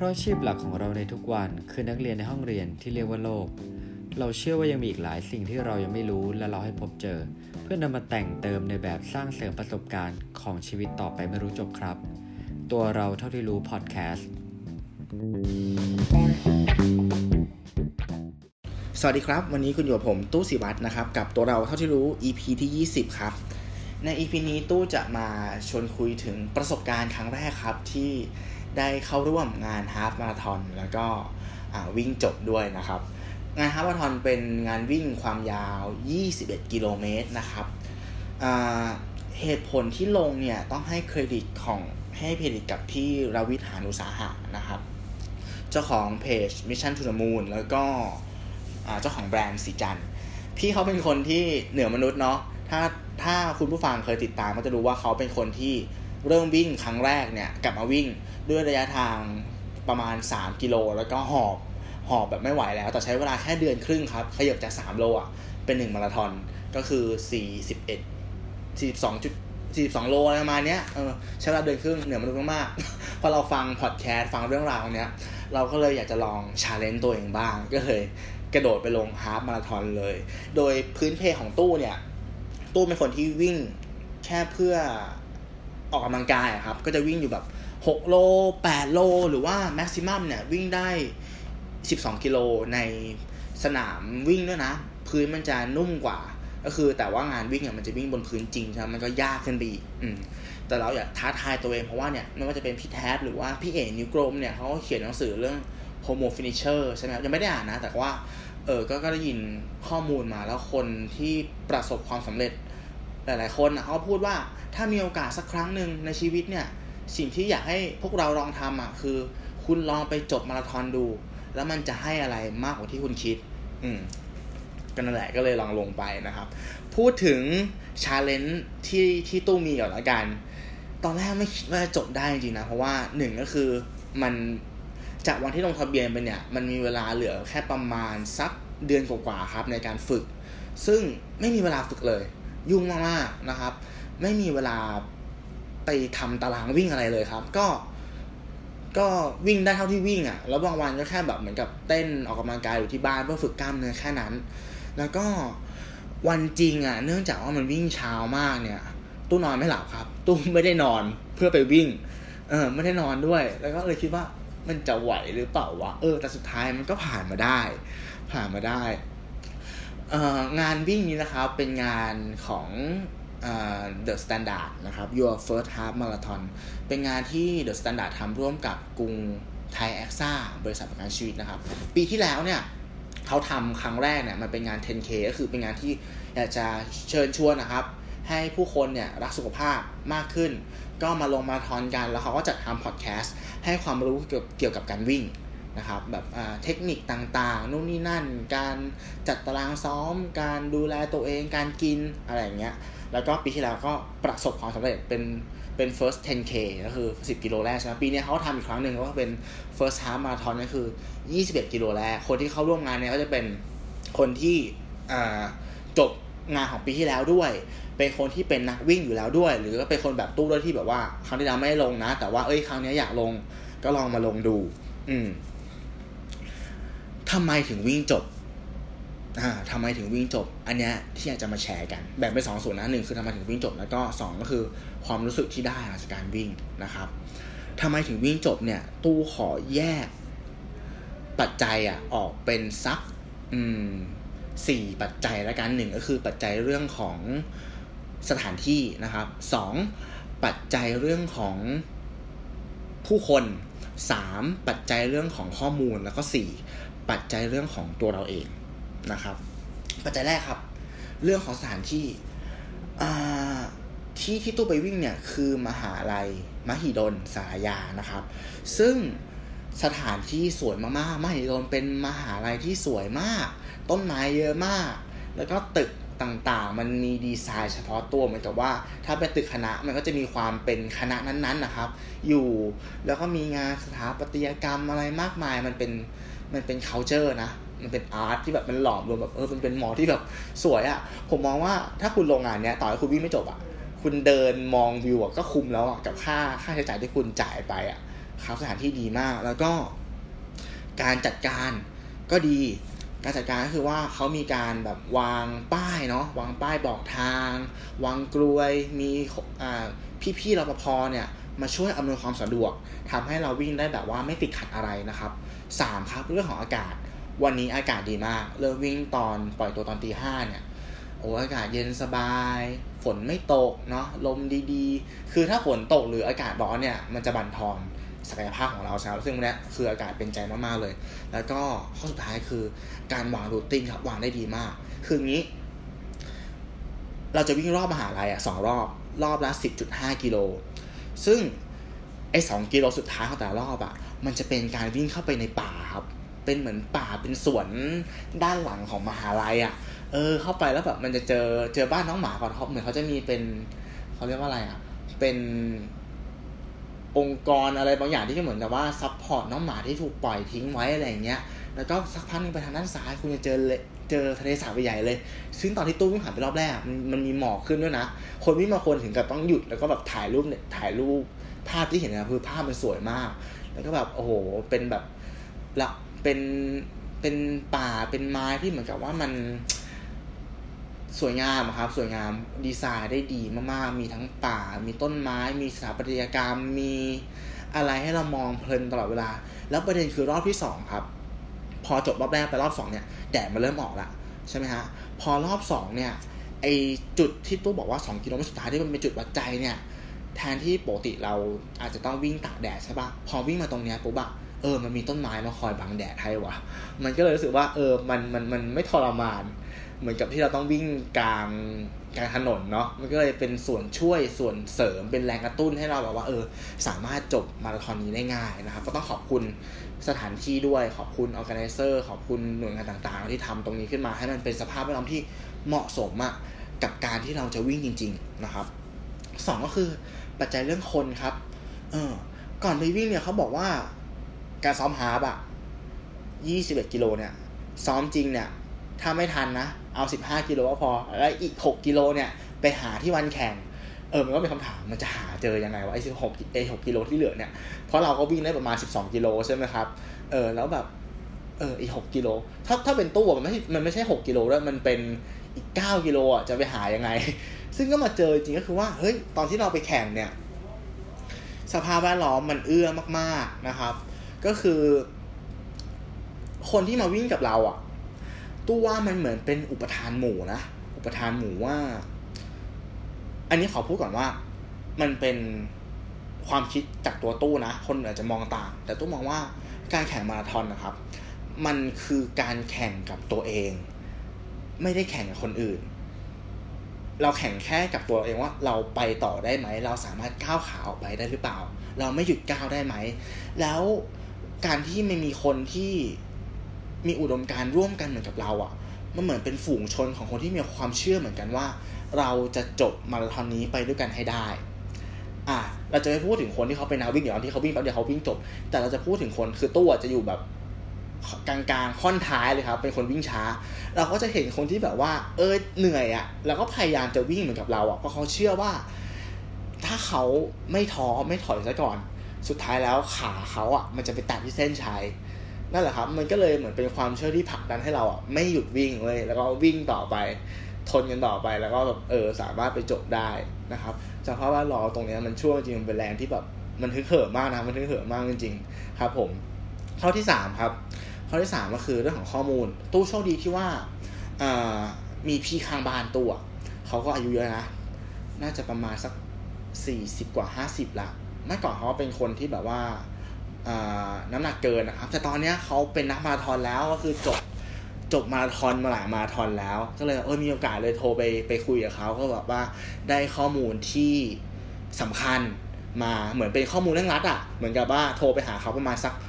ราะอาชีพหลักของเราในทุกวันคือนักเรียนในห้องเรียนที่เรียกว่าโลกเราเชื่อว่ายังมีอีกหลายสิ่งที่เรายังไม่รู้และเราให้พบเจอเพื่อนำมาแต่งเติมในแบบสร้างเสริมประสบการณ์ของชีวิตต่อไปไม่รู้จบครับตัวเราเท่าที่รู้พอดแคสต์สวัสดีครับวันนี้คุณอยู่กับผมตู้ศิวัตรนะครับกับตัวเราเท่าที่รู้ EP ที่20ครับใน EP นี้ตู้จะมาชวนคุยถึงประสบการณ์ครั้งแรกครับที่ได้เข้าร่วมงานฮาล์ฟมาราธอนแล้วก็วิ่งจบด้วยนะครับงานฮาล์ฟมาราธอนเป็นงานวิ่งความยาว21กิโลเมตรนะครับเหตุผลที่ลงเนี่ยต้องให้เครดิตกับพี่รวิทย์ หาญอุตสาหะนะครับเจ้าของเพจ Mission to the Moon แล้วก็เจ้าของแบรนด์สีจันทร์พี่เขาเป็นคนที่เหนือมนุษย์เนาะถ้าคุณผู้ฟังเคยติดตามก็จะรู้ว่าเขาเป็นคนที่เริ่มวิ่งครั้งแรกเนี่ยกลับมาวิ่งด้วยระยะทางประมาณ3กิโลแล้วก็หอบแบบไม่ไหวแล้วแต่ใช้เวลาแค่เดือนครึ่งครับขยับจาก3โลเป็น1มาราธอนก็คือ42โลอะไรประมาณเนี้ยใช้เวลาเดือนครึ่งเหนือมนุษย์มากๆพอเราฟังพอดแคสต์ฟังเรื่องราวเนี้ยเราก็เลยอยากจะลอง challenge ตัวเองบ้างก็เลยกระโดดไปลงฮาล์ฟมาราธอนเลยโดยพื้นเพของตู้เนี่ยตู้เป็นคนที่วิ่งแค่เพื่อออกกำลังกายครับก็จะวิ่งอยู่แบบ6โล8โลหรือว่าแม็กซิมัมเนี่ยวิ่งได้12กิโลในสนามวิ่งด้วยนะพื้นมันจะนุ่มกว่าก็คือแต่ว่างานวิ่งมันจะวิ่งบนพื้นจริงใช่ไหมมันก็ยากขึ้นไปอีกแต่เราอยากท้าทายตัวเองเพราะว่าเนี่ยไม่ว่าจะเป็นพี่แท็บหรือว่าพี่เอ๋นิวกรมเนี่ยเขาก็เขียนหนังสือเรื่อง Homo Finisher ใช่ไหมยังไม่ได้อ่านนะแต่ว่าก็ได้ยินข้อมูลมาแล้วคนที่ประสบความสำเร็จหลายๆคนเขาพูดว่าถ้ามีโอกาสสักครั้งหนึ่งในชีวิตเนี่ยสิ่งที่อยากให้พวกเราลองทำคือคุณลองไปจบมาราธอนดูแล้วมันจะให้อะไรมากกว่าที่คุณคิดก็นั่นแหละก็เลยลงไปนะครับพูดถึง challenge ที่ตู้มีก่อนละกันตอนแรกไม่คิดว่าจะจบได้จริงๆนะเพราะว่า1ก็คือมันจากวันที่ลงทะเบียนไปเนี่ยมันมีเวลาเหลือแค่ประมาณสักเดือนกว่าๆครับในการฝึกซึ่งไม่มีเวลาฝึกเลยยุ่งมากๆนะครับไม่มีเวลาไปทำตารางวิ่งอะไรเลยครับก็วิ่งได้เท่าที่วิ่งแล้วบางวันก็แค่แบบเหมือนกับเต้นออกกำลังกายอยู่ที่บ้านเพื่อฝึกกล้ามเนื้อแค่นั้นแล้วก็วันจริงเนื่องจากว่ามันวิ่งเช้ามากเนี่ยตู้นอนไม่หลับครับตู้ไม่ได้นอนเพื่อไปวิ่งไม่ได้นอนด้วยแล้วก็เลยคิดว่ามันจะไหวหรือเปล่าวะแต่สุดท้ายมันก็ผ่านมาได้งานวิ่งนี้นะครับเป็นงานของThe Standard นะครับ Your First Half Marathon เป็นงานที่ The Standard ทำร่วมกับกรุงไทยแอ็กซ่าบริษัทประกันชีวิตนะครับปีที่แล้วเนี่ยเขาทำครั้งแรกเนี่ยมันเป็นงาน 10K ก็คือเป็นงานที่อยากจะเชิญชวนนะครับให้ผู้คนเนี่ยรักสุขภาพมากขึ้นก็มาลงมาราธอนกันแล้วเขาก็จัดทำพอดแคสต์ให้ความรู้เกี่ยวกับการวิ่งนะครับแบบเทคนิคต่างๆนู่นนี่นั่นการจัดตารางซ้อมการดูแลตัวเองการกินอะไรอย่างเงี้ยแล้วก็ปีที่แล้วก็ประสบความสำเร็จเป็น first 10K ก็คือ10กิโลแรกใช่ไหมปีนี้เขาทำอีกครั้งหนึ่งก็เป็น first half marathon ก็คือ21กิโลแรกคนที่เข้าร่วมงานเนี่ยก็จะเป็นคนที่จบงานของปีที่แล้วด้วยเป็นคนที่เป็นนักวิ่งอยู่แล้วด้วยหรือก็เป็นคนแบบตู้ด้วยที่แบบว่าครั้งที่แล้วไม่ลงนะแต่ว่าครั้งนี้อยากลงก็ลองมาลงดูทำไมถึงวิ่งจบทำไมถึงวิ่งจบอันเนี้ยที่อยากจะมาแชร์กันแบ่งเป็น2ส่วนนะ1คือทำไมถึงวิ่งจบแล้วก็2ก็คือความรู้สึกที่ได้จากการวิ่งนะครับทำไมถึงวิ่งจบเนี่ยตู้ขอแยกปัจจัยออกเป็นสัก4ปัจจัยละกัน1ก็คือปัจจัยเรื่องของสถานที่นะครับ2ปัจจัยเรื่องของผู้คน3ปัจจัยเรื่องของข้อมูลแล้วก็4ปัจจัยเรื่องของตัวเราเองนะครับปัจจัยแรกครับเรื่องของสถานที่ที่ตู้ไปวิ่งเนี่ยคือมหาลัยมหิดลสารยานะครับซึ่งสถานที่สวยมากๆมหิดลเป็นมหาลัยที่สวยมากต้นไม้เยอะมากแล้วก็ตึกต่างๆมันมีดีไซน์เฉพาะตัวเหมือนกับว่าถ้าเป็นตึกคณะมันก็จะมีความเป็นคณะนั้นๆนะครับอยู่แล้วก็มีงานสถาปัตยกรรมอะไรมากมายมันเป็น culture นะมันเป็นอาร์ตที่แบบมันหลอมรวมแบบมันเป็นหมอที่แบบสวยผมมองว่าถ้าคุณลงงานเนี้ยต่อให้คุณวิ่งไม่จบคุณเดินมองวิวก็คุ้มแล้วกับค่าใช้จ่ายที่คุณจ่ายไปครับสถานที่ดีมากแล้วก็การจัดการก็ดีการจัดการก็คือว่าเขามีการแบบวางป้ายเนาะวางป้ายบอกทางวางกลวยมีพี่ๆรปภเนี่ยมาช่วยอำนวยความสะดวกทำให้เราวิ่งได้แบบว่าไม่ติดขัดอะไรนะครับ3ครับเรื่องของอากาศวันนี้อากาศดีมากเริ่มวิ่งตอนปล่อยตัวตอน 5:00 เนี่ยอากาศเย็นสบายฝนไม่ตกเนาะลมดีๆคือถ้าฝนตกหรืออากาศร้อนเนี่ยมันจะบั่นทอนศักยภาพของเราใช่ไหมซึ่งเนี่ยคืออากาศเป็นใจมากๆเลยแล้วก็ข้อสุดท้ายคือการวางรูทติ้งครับวางได้ดีมากคืองี้เราจะวิ่งรอบมหาลัย2 รอบละ 10.5 กิโลซึ่งไอ้2 กิโลสุดท้ายของแต่ละรอบมันจะเป็นการวิ่งเข้าไปในป่าครับเป็นเหมือนป่าเป็นสวนด้านหลังของมหาลัยเข้าไปแล้วแบบมันจะเจอบ้านน้องหมาก่อนเขาเหมือนเขาจะมีเป็นเขาเรียกว่าอะไรเป็นองค์กรอะไรบางอย่างที่เหมือนกับว่าซัพพอร์ตน้องหมาที่ถูกปล่อยทิ้งไว้อะไรอย่างเงี้ยแล้วก็สักพักนึงไปทางด้านซ้ายคุณจะเจอทะเลสาบใหญ่เลยซึ่งตอนที่ตู้วิ่งผ่านไปรอบแรกมันมีหมอกขึ้นด้วยนะคนวิ่งมาคนถึงกับต้องหยุดแล้วก็แบบถ่ายรูปภาพที่เห็นนะคือภาพมันสวยมากแล้วก็แบบโอ้โหเป็นแบบละเป็นป่าเป็นไม้ที่เหมือนกับว่ามันสวยงามครับสวยงามดีไซน์ได้ดีมากๆมีทั้งป่ามีต้นไม้มีสถาปัตยกรรมมีอะไรให้เรามองเพลินตลอดเวลาแล้วประเด็นคือรอบที่2ครับพอจบรอบแรกไปรอบ2เนี่ยแดดมันเริ่มออกละใช่ไหมฮะพอรอบ2เนี่ยไอจุดที่ตู้บอกว่า2 กิโลเมตรสุดท้ายที่มันเป็นจุดวัดใจเนี่ยแทนที่ปกติเราอาจจะต้องวิ่งตากแดดใช่ป่ะพอวิ่งมาตรงเนี้ยปุ๊บมันมีต้นไม้มาคอยบังแดดให้วะมันก็เลยรู้สึกว่ามันไม่ทรมานเหมือนกับที่เราต้องวิ่งกลางถนนเนาะมันก็เลยเป็นส่วนช่วยส่วนเสริมเป็นแรงกระตุ้นให้เราแบบว่าสามารถจบมาราธอนนี้ได้ง่ายนะครับก็ต้องขอบคุณสถานที่ด้วยขอบคุณ organizer ขอบคุณหน่วยงานต่างๆที่ทำตรงนี้ขึ้นมาให้มันเป็นสภาพแวดล้อมที่เหมาะสมกับการที่เราจะวิ่งจริงๆนะครับ2ก็คือปัจจัยเรื่องคนครับก่อนไปวิ่งเนี่ยเขาบอกว่าการซ้อมฮาล์ฟ21 กิโลเนี่ยซ้อมจริงเนี่ยถ้าไม่ทันนะเอา15 กิโลก็พอแล้วอีก6 กิโลเนี่ยไปหาที่วันแข่งมันก็เป็นคำถามมันจะหาเจอยังไงวะไอ้6 กิโลที่เหลือเนี่ยเพราะเราก็วิ่งได้ประมาณ12 กิโลใช่ไหมครับแล้วแบบอีก6 กิโลถ้าเป็นตู้มันไม่ใช่6 กิโลด้วยมันเป็นอีก9 กิโลจะไปหายังไงซึ่งก็มาเจอจริงก็คือว่าเฮ้ยตอนที่เราไปแข่งเนี่ยสภาพแวดล้อมมันเอื้อมากๆนะครับก็คือคนที่มาวิ่งกับเราตู้ว่ามันเหมือนเป็นอุปทานหมู่นะอุปทานหมู่ว่าอันนี้ขอพูดก่อนว่ามันเป็นความคิดจากตัวตู้นะคนอาจจะมองต่างแต่ตู้มองว่าการแข่งมาราธอนนะครับมันคือการแข่งกับตัวเองไม่ได้แข่งกับคนอื่นเราแข่งแค่กับตัวเองว่าเราไปต่อได้ไหมเราสามารถก้าวขาออกไปได้หรือเปล่าเราไม่หยุดก้าวได้ไหมแล้วการที่ไม่มีคนที่มีอุดมการณ์ร่วมกันเหมือนกับเรามันเหมือนเป็นฝูงชนของคนที่มีความเชื่อเหมือนกันว่าเราจะจบมาราธอนนี้ไปด้วยกันให้ได้เราจะไม่พูดถึงคนที่เขาเป็นนักวิ่งอย่างที่เขาวิ่งแป๊บเดียวเขาวิ่งจบแต่เราจะพูดถึงคนคือตู้จะอยู่แบบกลางๆค่อนท้ายเลยครับเป็นคนวิ่งช้าเราก็จะเห็นคนที่แบบว่าเหนื่อยแล้วก็พยายามจะวิ่งเหมือนกับเราเพราะเขาเชื่อว่าถ้าเขาไม่ท้อไม่ถอยซะก่อนสุดท้ายแล้วขาเขามันจะไปแตะที่เส้นชัยนั่นแหละครับมันก็เลยเหมือนเป็นความเชื่อที่ผลักดันให้เราไม่หยุดวิ่งเลยแล้วก็วิ่งต่อไปทนกันต่อไปแล้วก็แบบสามารถไปจบได้นะครับจากเพราะว่ารอตรงนี้มันช่วยจริงมันเป็นแรงที่แบบมันทึกเหิมมากนะมันทึกเหิมมากจริงๆครับผมข้อที่3ครับข้อที่3ก็คือเรื่องของข้อมูลตู้โชคดีที่ว่ามีพี่ข้างบ้านตู้เขาก็อายุเยอะนะน่าจะประมาณสัก40 กว่า50ละเมื่อก่อนเขาเป็นคนที่แบบว่าน้ำหนักเกินนะครับแต่ตอนนี้เขาเป็นนักมาราธอนแล้วก็คือจบมาราธอนมาหลายมาราธอนแล้วก็เลยมีโอกาสเลยโทรไปคุยกับเขาก็แบบว่าได้ข้อมูลที่สำคัญมาเหมือนเป็นข้อมูลเร่งรัดเหมือนกับว่าโทรไปหาเขาประมาณสัก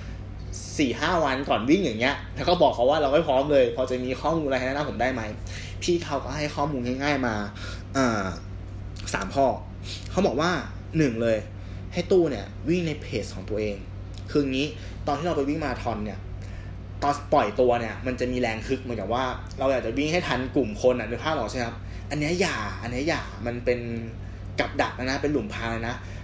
4-5 วันก่อนวิ่งอย่างเงี้ยแล้วก็บอกเขาว่าเราไม่พร้อมเลยพอจะมีข้อมูลอะไรให้แนะนำผมได้ไหมพี่เขาก็ให้ข้อมูลง่ายๆมา3 ข้อเขาบอกว่า1เลยให้ตู้เนี่ยวิ่งในเพจของตัวเองคืองี้ตอนที่เราไปวิ่งมาราธอนเนี่ยตอนปล่อยตัวเนี่ยมันจะมีแรงคึกเหมือนกับว่าเราอยากจะวิ่งให้ทันกลุ่มคนนึกภาพออกใช่ไหมครับอันนี้อย่ามันเป็นกับดักนะเป็นหลุมพรางนะ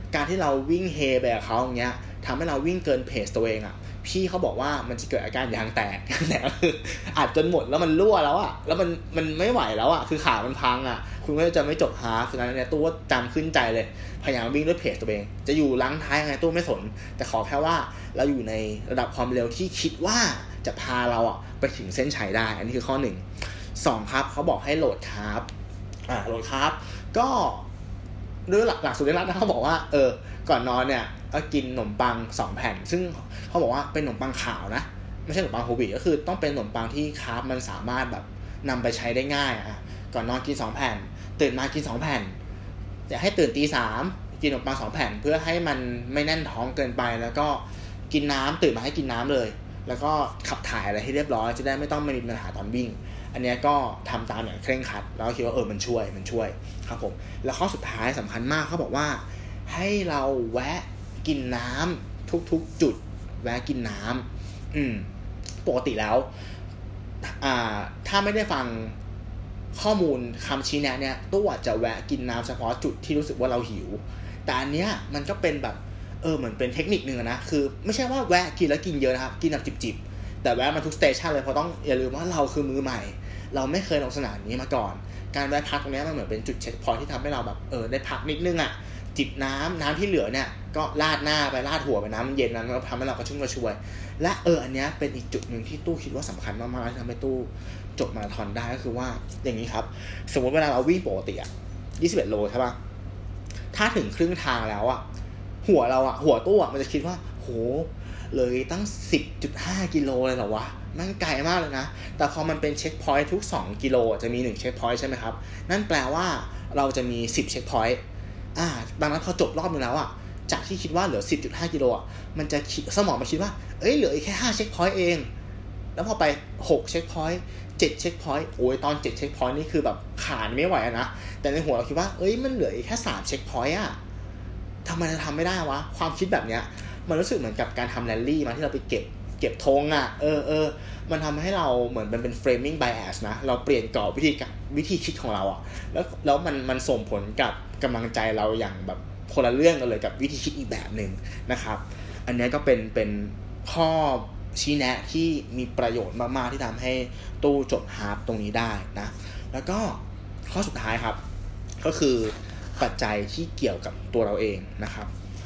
การที่เราวิ่งเฮไปกับเขาอย่างเงี้ยทำให้เราวิ่งเกินเพจตัวเองอ่ะพี่เขาบอกว่ามันจะเกิดอาการยางแตกคืออัดจนหมดแล้วมันรั่วแล้วอ่ะแล้วมันไม่ไหวแล้วอ่ะคือขามันพังอ่ะคุณก็จะไม่จบฮาล์ฟฉะนั้นเนี่ยตู้จำขึ้นใจเลยพยายามวิ่งด้วยเพจตัวเองจะอยู่ลังท้ายยังไงตู้ไม่สนแต่ขอแค่ว่าเราอยู่ในระดับความเร็วที่คิดว่าจะพาเราอ่ะไปถึงเส้นชัยได้อันนี้คือข้อ1 2ครับเขาบอกให้โหลดคาร์บโหลดคาร์บก็ด้วยหลักสูตรเรียนรัดนะเขาบอกว่าก่อนนอนเนี่ยก็กินขนมปัง2แผ่นซึ่งเขาบอกว่าเป็นขนมปังขาวนะไม่ใช่ขนมปังโฮลวีตก็คือต้องเป็นขนมปังที่คาร์บมันสามารถแบบนำไปใช้ได้ง่ายก่อนนอนกิน2แผ่นตื่นมากิน2แผ่นอย่าให้ตื่นตี 3กินขนมปัง2แผ่นเพื่อให้มันไม่แน่นท้องเกินไปแล้วก็กินน้ำตื่นมาให้กินน้ำเลยแล้วก็ขับถ่ายอะไรให้เรียบร้อยจะได้ไม่ต้องมีปัญหาตอนวิ่งอันนี้ก็ทำตามอย่างเคร่งครัดแล้วคิดว่ามันช่วยครับผมแล้วข้อสุดท้ายสำคัญมากเขาบอกว่าให้เราแวะกินน้ำทุกๆจุดแวะกินน้ำปกติแล้วถ้าไม่ได้ฟังข้อมูลคำชี้แนะเนี่ยตู้จะแวะกินน้ำเฉพาะจุดที่รู้สึกว่าเราหิวแต่อันเนี้ยมันก็เป็นแบบเหมือนเป็นเทคนิคนึงนะคือไม่ใช่ว่าแวะกินแล้วกินเยอะนะครับกินแบบจิบๆแต่แวะมาทุกสเตชันเลยเพราะต้องอย่าลืมว่าเราคือมือใหม่เราไม่เคยลงสนามนี้มาก่อนการแวะพักตรงนี้มันเหมือนเป็นจุดเช็คพอยท์ที่ทำให้เราแบบได้พักนิดนึงจิบน้ำที่เหลือเนี่ยก็ราดหน้าไปราดหัวไปน้ำเย็นนั้นก็ทำให้เรากระชุ่มกระชวยและอันเนี้ยเป็นอีกจุดนึงที่ตู้คิดว่าสำคัญมากๆที่ทำให้ตู้จบมาราธอนได้ก็คือว่าอย่างนี้ครับสมมติเวลาเราวิ่งปกติ21 โลใช่ป่ะถ้าถึงครึ่งทางแล้วหัวเราหัวตู้มันจะคิดว่าโหเลยตั้ง 10.5 กิโลเลยเหรอวะมันไกลมากเลยนะแต่พอมันเป็นเช็คพอยท์ทุก2กิโลจะมี1เช็คพอยท์ใช่ไหมครับนั่นแปลว่าเราจะมี10เช็คพอยท์ดังนั้นพอจบรอบนึงแล้วจากที่คิดว่าเหลือ 10.5 กิโลมันจะสมองมันคิดว่าเหลืออีกแค่5เช็คพอยท์เองแล้วพอไป6เช็คพอยท์7เช็คพอยท์ตอน7เช็คพอยท์นี่คือแบบขาไม่ไหวนะแต่ในหัวเราคิดว่ามันเหลืออีกแค่3เช็คพอยท์ทำไมเราทำไม่ได้วะความคิดแบบเนี้ยมันรู้สึกเหมือนกับการทำแรลลี่มาที่เราไปเก็บธงมันทำให้เราเหมือนเป็น framing bias นะเราเปลี่ยนกรอบวิธีคิดของเราแล้วมันส่งผลกับกำลังใจเราอย่างแบบคนละเรื่องกันเลยกับวิธีคิดอีกแบบนึงนะครับอันนี้ก็เป็นข้อชี้แนะที่มีประโยชน์มากๆที่ทำให้ตู้จบฮาล์ฟตรงนี้ได้นะแล้วก็ข้อสุดท้ายครับก็คือปัจจัยที่เกี่ยวกับตัวเราเองนะครับ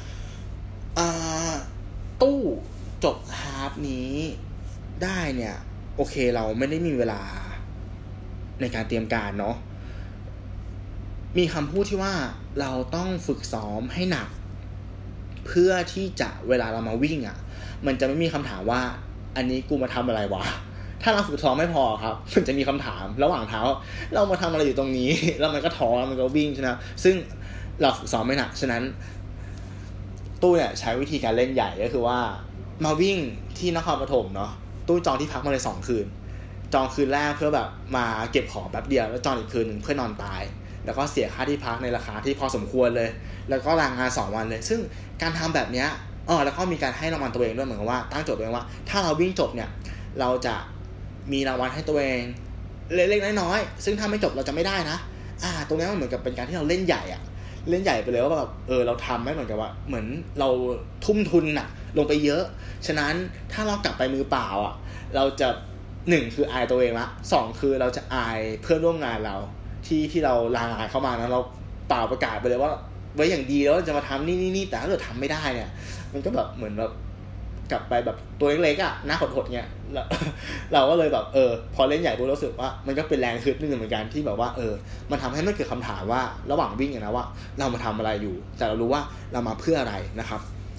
ตู้จบฮาล์ฟนี้ได้เนี่ยโอเคเราไม่ได้มีเวลาในการเตรียมการเนาะมีคำพูดที่ว่าเราต้องฝึกซ้อมให้หนักเพื่อที่จะเวลาเรามาวิ่งมันจะไม่มีคำถามว่าอันนี้กูมาทำอะไรวะถ้าเราฝึกซ้อมไม่พอครับมันจะมีคำถามระหว่างเท้าเรามาทำอะไรอยู่ตรงนี้แล้วมันก็ท้อแล้วมันก็วิ่งใช่ไหมซึ่งเราฝึกซ้อมไม่หนักฉะนั้นตู้เนี่ยใช้วิธีการเล่นใหญ่ก็คือว่ามาวิ่งที่นครปฐมเนาะตู้จองที่พักมาเลย2คืนจองคืนแรกเพื่อแบบมาเก็บของแป๊บเดียวแล้วจองอีกคืนนึงเพื่อนอนตายแล้วก็เสียค่าที่พักในราคาที่พอสมควรเลยแล้วก็ลางาน2วันเลยซึ่งการทำแบบเนี้ยแล้วก็มีการให้รางวัลตัวเองด้วยเหมือนกับว่าตั้งโจทย์ตัวเองว่าถ้าเราวิ่งจบเนี่ยเราจะมีรางวัลให้ตัวเองเล็กๆน้อยๆซึ่งถ้าไม่จบเราจะไม่ได้นะตรงนี้มันเหมือนกับเป็นการที่เราเล่นใหญ่เล่นใหญ่ไปเลยว่าแบบเราทำไม่เหมือนกับว่าเหมือนเราทุ่มทุนลงไปเยอะฉะนั้นถ้าเรากลับไปมือเปล่าเราจะ1คืออายตัวเองละ2คือเราจะอายเพื่อนร่วมงานเราที่เราลางานเข้ามานะเราเปล่าประกาศไปเลยว่าไว้อย่างดีแล้วจะมาทำนี่แต่ถ้าเกิดทำไม่ได้เนี่ยมันก็แบบเหมือนแบบกลับไปแบบตัวเล็กๆหน้าหดๆเงี้ยเราก็เลยแบบพอเล่นใหญ่ปุ๊บรู้สึกว่ามันก็เป็นแรงฮึดนึงเหมือนกันที่แบบว่ามันทำให้ไม่เกิดคำถามว่าระหว่างวิ่งนะว่าเรามาทำอะไรอยู่แต่เรารู้ว่าเรามาเพื่ออะไรนะครับ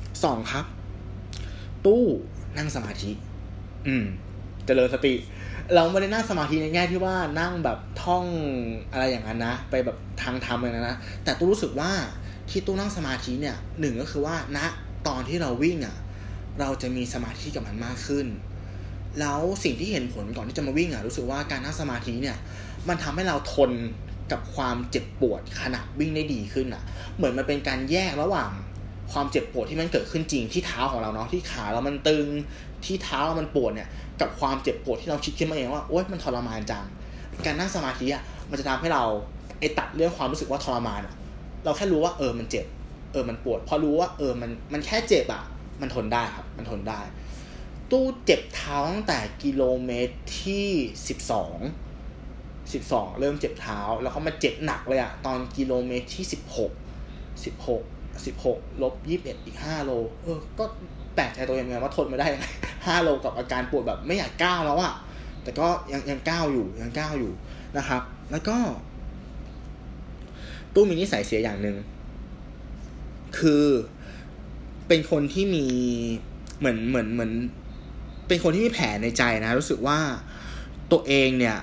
2ครับตู้นั่งสมาธิเจริญสติเราไม่ได้นั่งสมาธิในแง่ที่ว่านั่งแบบท่องอะไรอย่างนั้นนะไปแบบทางธรรมเลยนะแต่ตู้รู้สึกว่าที่ตู้นั่งสมาธิเนี่ย1ก็คือว่าณตอนที่เราวิ่งเราจะมีสมาธิกับมันมากขึ้นแล้วสิ่งที่เห็นผลก่อนที่จะมาวิ่งรู้สึกว่าการนั่งสมาธิเนี่ยมันทำให้เราทนกับความเจ็บปวดขณะวิ่งได้ดีขึ้นเหมือนมันเป็นการแยกระหว่างความเจ็บปวดที่มันเกิดขึ้นจริงที่เท้าของเราเนาะที่ขาเรามันตึงที่เท้าเรามันปวดเนี่ยกับความเจ็บปวดที่เราคิดขึ้นมาเองว่าโอ๊ยมันทรมานจังการนั่งสมาธิมันจะทำให้เราตัดเรื่องความรู้สึกว่าทรมานเราแค่รู้ว่ามันเจ็บมันปวดพอรู้ว่ามันแค่เจ็บอ่ะมันทนได้ครับมันทนได้ตู้เจ็บเท้าตั้งแต่กิโลเมตรที่12เริ่มเจ็บเท้าแล้วก็มาเจ็บหนักเลยอ่ะตอนกิโลเมตรที่16ลบ21อีก5โลก็แปลกใจตัวเองเหมือนกันว่าทนมาได้ยังไง5โลกับอาการปวดแบบไม่อยากก้าวแล้วอ่ะแต่ก็ยังก้าวอยู่นะครับแล้วก็ตู้มีนิสัยเสียอย่างนึงคือเป็นคนที่มีเหมือนเป็นคนที่มีแผลในใจนะรู้สึกว่าตัวเองเนี่ย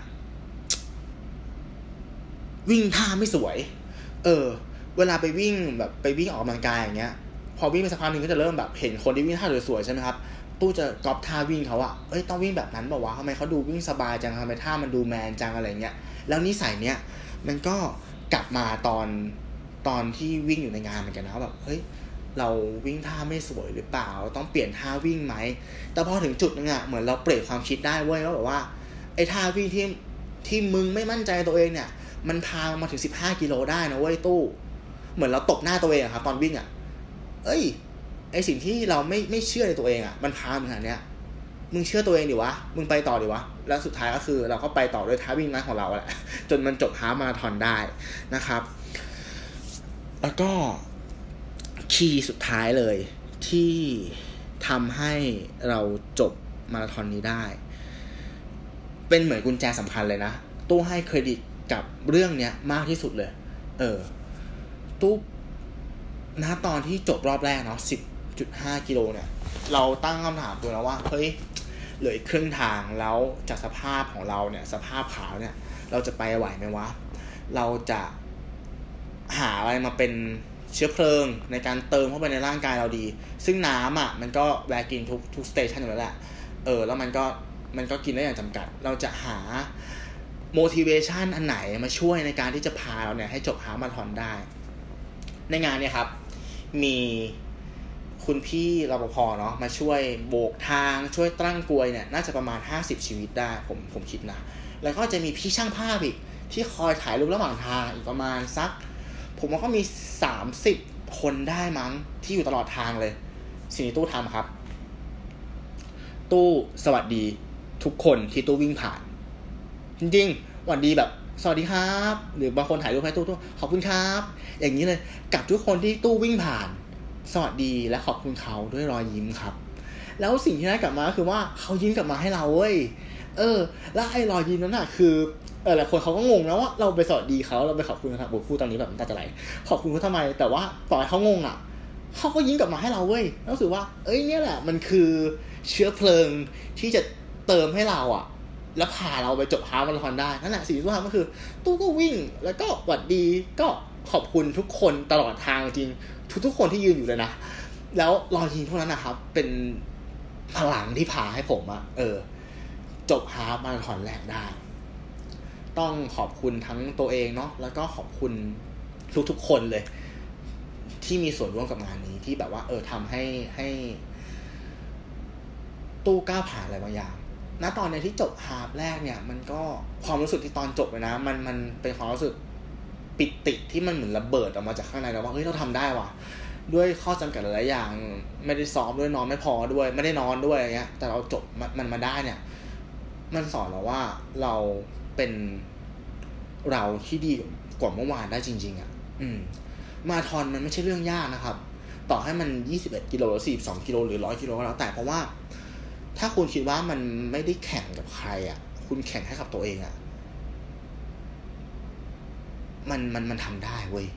วิ่งท่าไม่สวยเวลาไปวิ่งแบบไปวิ่งออกกำลังกายอย่างเงี้ยพอวิ่งไปสักพักนึงก็จะเริ่มแบบเห็นคนที่วิ่งท่าสวยๆใช่ไหมครับตู้จะก๊อปท่าวิ่งเขาอะต้องวิ่งแบบนั้นเปล่าวะทำไมเขาดูวิ่งสบายจังทำไมท่ามันดูแมนจังอะไรเงี้ยแล้วนิสัยเนี้ยมันก็กลับมาตอนที่วิ่งอยู่ในงานเหมือนกันนะแบบเฮ้ยเราวิ่งท่าไม่สวยหรือเปล่าต้องเปลี่ยนท่าวิ่งไหมแต่พอถึงจุดนึงอะเหมือนเราเปลี่ยนความคิดได้เว้ยว่าแบบว่าไอ้ท่าวิ่งที่มึงไม่มั่นใจตัวเองเนี่ยมันพามาถึง15กิโลได้นะเว้ยตู้เหมือนเราตบหน้าตัวเองอะครับตอนวิ่งอะไอสิ่งที่เราไม่เชื่อในตัวเองอะมันพามึงขนาดเนี้ยมึงเชื่อตัวเองดิวะมึงไปต่อดิวะแล้วสุดท้ายก็คือเราก็ไปต่อด้วยท่าวิ่งนั้นของเราแหละจนมันจบฮาล์ฟมาราธอนได้นะครับแล้วก็คีย์สุดท้ายเลยที่ทำให้เราจบมาราธอนนี้ได้เป็นเหมือนกุญแจสำคัญเลยนะตู้ให้เครดิตกับเรื่องเนี้ยมากที่สุดเลยตู้ณตอนที่จบรอบแรกเนาะ 10.5 กิโลเนี่ยเราตั้งคำถามตัวแล้วว่าเฮ้ยเหลืออีกครึ่งทางแล้วจากสภาพของเราเนี่ยสภาพขาเนี่ยเราจะไปไหวไหมวะเราจะหาอะไรมาเป็นเชื้อเพลิงในการเติมเข้าไปในร่างกายเราดีซึ่งน้ำอ่ะมันก็แวะกินทุกสเตชันอยู่แล้วแหละแล้วมันก็กินได้อย่างจำกัดเราจะหา motivation อันไหนมาช่วยในการที่จะพาเราเนี่ยให้จบฮาล์ฟมาราธอนได้ในงานเนี่ยครับมีคุณพี่รปภ.เนาะมาช่วยโบกทางช่วยตั้งกลวยเนี่ยน่าจะประมาณ50ชีวิตได้ผมคิดนะแล้วก็จะมีพี่ช่างภาพอีกที่คอยถ่ายรูประหว่างทางอีกประมาณสักผมว่าก็มี30คนได้มั้งที่อยู่ตลอดทางเลยสิ่งที่ตู้ทำครับตู้สวัสดีทุกคนที่ตู้วิ่งผ่านจริงๆสวัสดีแบบสวัสดีครับหรือบางคนถ่ายรูปให้ตู้ขอบคุณครับอย่างนี้เลยกับทุกคนที่ตู้วิ่งผ่านสวัสดีและขอบคุณเขาด้วยรอยยิ้มครับแล้วสิ่งที่ได้กลับมาคือว่าเขายิ้มกลับมาให้เราเว้ยแล้วไอ้รอยยิ้มนั้นน่ะคือหลายคนเขาก็งงนะว่าเราไปสวัสดีเขาเราไปขอบคุณครับพูดตอนนี้แบบน้ำตาจะไหลขอบคุณเขาทำไมแต่ว่าต่อให้เขางงอ่ะเขาก็ยิ้มกลับมาให้เราเว้ยรู้สึกว่าเนี่ยแหละมันคือเชื้อเพลิงที่จะเติมให้เราอ่ะแล้วพาเราไปจบฮาล์ฟมาราธอนได้นั่นแหละสิ่งที่ตู้ทำก็คือตู้ก็วิ่งแล้วก็สวัสดีก็ขอบคุณทุกคนตลอดทางจริงทุกคนที่ยืนอยู่เลยนะแล้วรอยยิ้มพวกนั้นนะครับเป็นพลังที่พาให้ผมอ่ะจบฮาล์ฟมาราธอนแรกได้ต้องขอบคุณทั้งตัวเองเนาะแล้วก็ขอบคุณทุกคนเลยที่มีส่วนร่วมกับงานนี้ที่แบบว่าทำให้ตู้ก้าวผ่านอะไรบางอย่างณตอนในที่จบฮาล์ฟแรกเนี่ยมันก็ความรู้สึกที่ตอนจบเลยนะมันเป็นความรู้สึกปิติที่มันเหมือนระเบิดออกมาจากข้างในแล้วว่าเฮ้ยเราทำได้ว่ะด้วยข้อจำกัดหลายอย่างไม่ได้ซ้อมด้วยนอนไม่พอด้วยไม่ได้นอนด้วยอะไรเงี้ยแต่เราจบมันมาได้เนี่ยมันสอนเราว่าเราเป็นเราที่ดีกว่าเมื่อวานได้จริงๆอ่ะมาราธอนมันไม่ใช่เรื่องยากนะครับต่อให้มัน21กิโลหรือ42กิโลหรือ100กิโลก็แล้วแต่เพราะว่าถ้าคุณคิดว่ามันไม่ได้แข่งกับใครอ่ะคุณแข่งให้กับตัวเองอ่ะมันทำได้เว้ย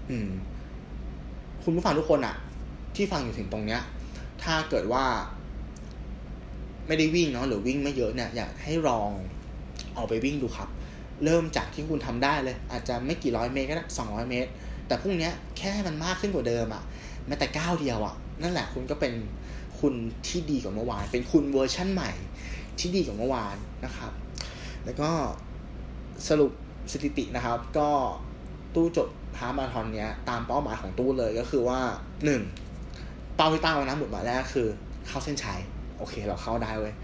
คุณผู้ฟังทุกคนอ่ะที่ฟังอยู่ถึงตรงเนี้ยถ้าเกิดว่าไม่ได้วิ่งเนาะหรือวิ่งไม่เยอะเนี่ยอยากให้ลองออกไปวิ่งดูครับเริ่มจากที่คุณทำได้เลยอาจจะไม่กี่ร้อยเมตรก็ได้200เมตรแต่พรุ่งนี้แค่ให้มันมากขึ้นกว่าเดิมอ่ะแม้แต่ก้าวเดียวอ่ะนั่นแหละคุณก็เป็นคุณที่ดีกว่าเมื่อวานเป็นคุณเวอร์ชั่นใหม่ที่ดีกว่าเมื่อวานนะครับแล้วก็สรุปสถิตินะครับก็ตู้จบฮาล์ฟมาราธอนเนี้ยตามเป้าหมายของตู้เลยก็คือว่า1เป้าที่ตั้งไว้นะหมุดหมายแรกคือเข้าเส้นชัยโอเคเราเข้าได้เว้ย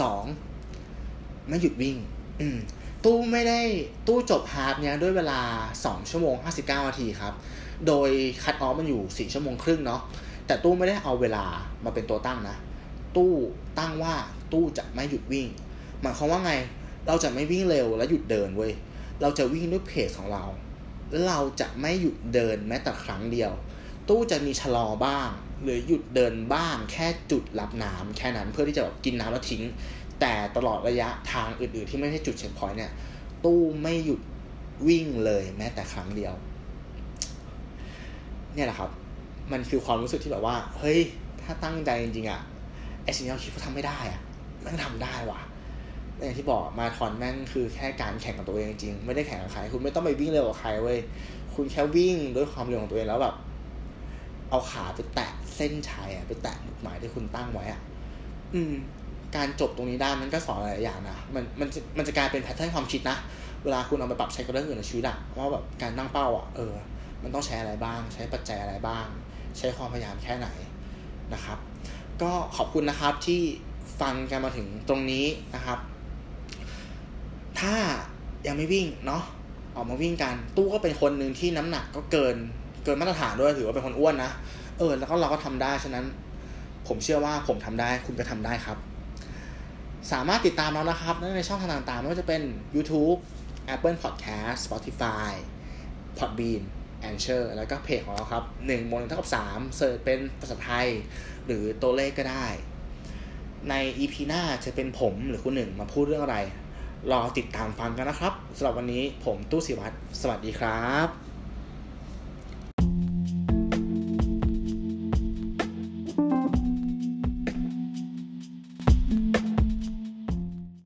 2ไม่หยุดวิ่งตู้จบฮาล์ฟเนี้ยด้วยเวลา2ชั่วโมง59นาทีครับโดยคัทออฟมันอยู่4 ชั่วโมงครึ่งเนาะแต่ตู้ไม่ได้เอาเวลามาเป็นตัวตั้งนะตู้ตั้งว่าตู้จะไม่หยุดวิ่งหมายความว่าไงเราจะไม่วิ่งเร็วและหยุดเดินเว้ยเราจะวิ่งด้วยเพจของเราแล้วเราจะไม่หยุดเดินแม้แต่ครั้งเดียวตู้จะมีชะลอบ้างหรือหยุดเดินบ้างแค่จุดรับน้ำแค่นั้นเพื่อที่จะแบบกินน้ำแล้วทิ้งแต่ตลอดระยะทางอื่นๆที่ไม่ใช่จุดเช็คพอยต์เนี่ยตู้ไม่หยุดวิ่งเลยแม้แต่ครั้งเดียวเนี่ยแหละครับมันคือความรู้สึกที่แบบว่าเฮ้ยถ้าตั้งใจจริงๆอ่ะไอ้สิ่งที่เราคิดว่าทำไม่ได้อ่ะมันทำได้ว่ะอย่างที่บอกมาราธอนแม่งคือแค่การแข่งกับตัวเองจริงไม่ได้แข่งกับใครคุณไม่ต้องไปวิ่งเร็วกว่าใครเว้ยคุณแค่วิ่งด้วยความเร็วของตัวเองแล้วแบบเอาขาไปแตะเส้นชัยอ่ะไปแตะจุดหมายที่คุณตั้งไว้อ่ะการจบตรงนี้ได้มันก็สอนหลายอย่างนะมันจะกลายเป็นแพทเทิร์นความคิดนะเวลาคุณเอาไปปรับใช้กับเรื่องอื่นในชีวิตอะว่าแบบการตั้งเป้าอะมันต้องใช้อะไรบ้างใช้ปัจจัยอะไรบ้างใช้ความพยายามแค่ไหนนะครับก็ขอบคุณนะครับที่ฟังกันมาถึงตรงนี้นะครับถ้ายังไม่วิ่งเนาะออกมาวิ่งกันตู้ก็เป็นคนนึงที่น้ำหนักก็เกินมาตรฐานด้วยถือว่าเป็นคนอ้วนนะแล้วก็เราก็ทำได้ฉะนั้นผมเชื่อว่าผมทำได้คุณก็ทำได้ครับสามารถติดตามเรานะครับในช่องทางต่างๆไม่ว่าจะเป็น YouTube Apple Podcast Spotify Podbean Anchor แล้วก็เพจของเราครับ1 บวก 1 เท่ากับ 3เสิร์ชเป็นภาษาไทยหรือตัวเลขก็ได้ใน EP หน้าจะเป็นผมหรือคุณหนึ่งมาพูดเรื่องอะไรรอติดตามฟังกันนะครับสำหรับวันนี้ผมตู้ศิวัตรสวัสดีครับ